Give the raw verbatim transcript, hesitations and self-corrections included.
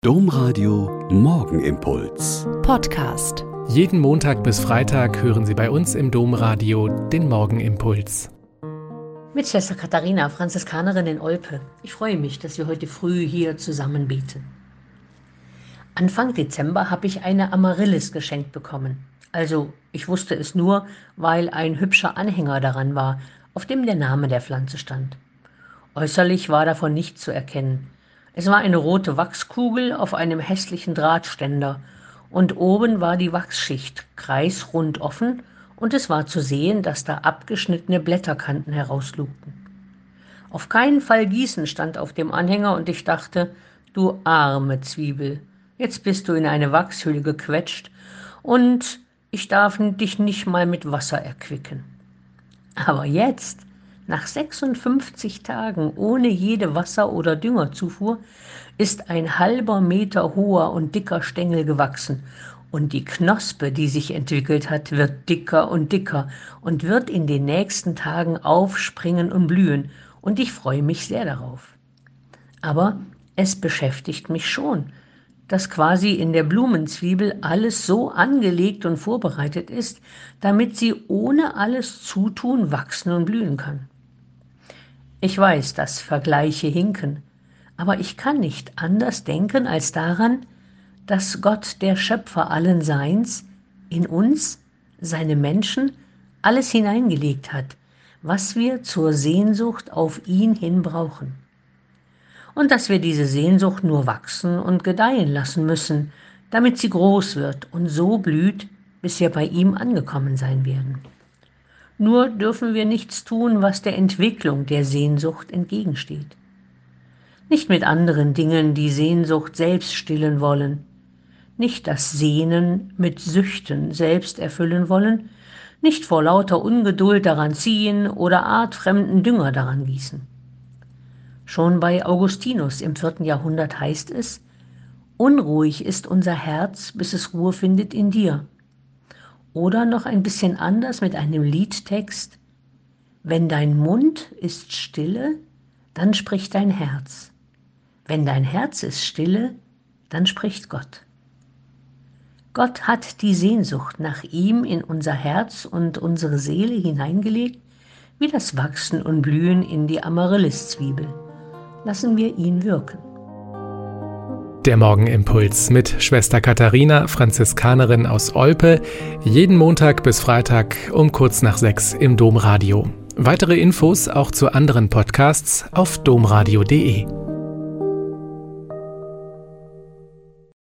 Domradio Morgenimpuls. Podcast. Jeden Montag bis Freitag hören Sie bei uns im Domradio den Morgenimpuls. Mit Schwester Katharina, Franziskanerin in Olpe. Ich freue mich, dass wir heute früh hier zusammen beten. Anfang Dezember habe ich eine Amaryllis geschenkt bekommen. Also, ich wusste es nur, weil ein hübscher Anhänger daran war, auf dem der Name der Pflanze stand. Äußerlich war davon nichts zu erkennen. Es war eine rote Wachskugel auf einem hässlichen Drahtständer und oben war die Wachsschicht kreisrund offen und es war zu sehen, dass da abgeschnittene Blätterkanten herauslugten. Auf keinen Fall gießen stand auf dem Anhänger und ich dachte, du arme Zwiebel, jetzt bist du in eine Wachshülle gequetscht und ich darf dich nicht mal mit Wasser erquicken. Aber jetzt, nach sechsundfünfzig Tagen ohne jede Wasser- oder Düngerzufuhr, ist ein halber Meter hoher und dicker Stängel gewachsen und die Knospe, die sich entwickelt hat, wird dicker und dicker und wird in den nächsten Tagen aufspringen und blühen und ich freue mich sehr darauf. Aber es beschäftigt mich schon, dass quasi in der Blumenzwiebel alles so angelegt und vorbereitet ist, damit sie ohne alles Zutun wachsen und blühen kann. Ich weiß, dass Vergleiche hinken, aber ich kann nicht anders denken als daran, dass Gott, der Schöpfer allen Seins, in uns, seine Menschen, alles hineingelegt hat, was wir zur Sehnsucht auf ihn hin brauchen. Und dass wir diese Sehnsucht nur wachsen und gedeihen lassen müssen, damit sie groß wird und so blüht, bis wir bei ihm angekommen sein werden. Nur dürfen wir nichts tun, was der Entwicklung der Sehnsucht entgegensteht. Nicht mit anderen Dingen die Sehnsucht selbst stillen wollen, nicht das Sehnen mit Süchten selbst erfüllen wollen, nicht vor lauter Ungeduld daran ziehen oder artfremden Dünger daran gießen. Schon bei Augustinus im vierten Jahrhundert heißt es, unruhig ist unser Herz, bis es Ruhe findet in dir. Oder noch ein bisschen anders mit einem Liedtext, wenn dein Mund ist stille, dann spricht dein Herz. Wenn dein Herz ist stille, dann spricht Gott. Gott hat die Sehnsucht nach ihm in unser Herz und unsere Seele hineingelegt, wie das Wachsen und Blühen in die Amaryllis-Zwiebel. Lassen wir ihn wirken. Der Morgenimpuls mit Schwester Katharina, Franziskanerin aus Olpe, jeden Montag bis Freitag um kurz nach sechs im Domradio. Weitere Infos auch zu anderen Podcasts auf domradio punkt de.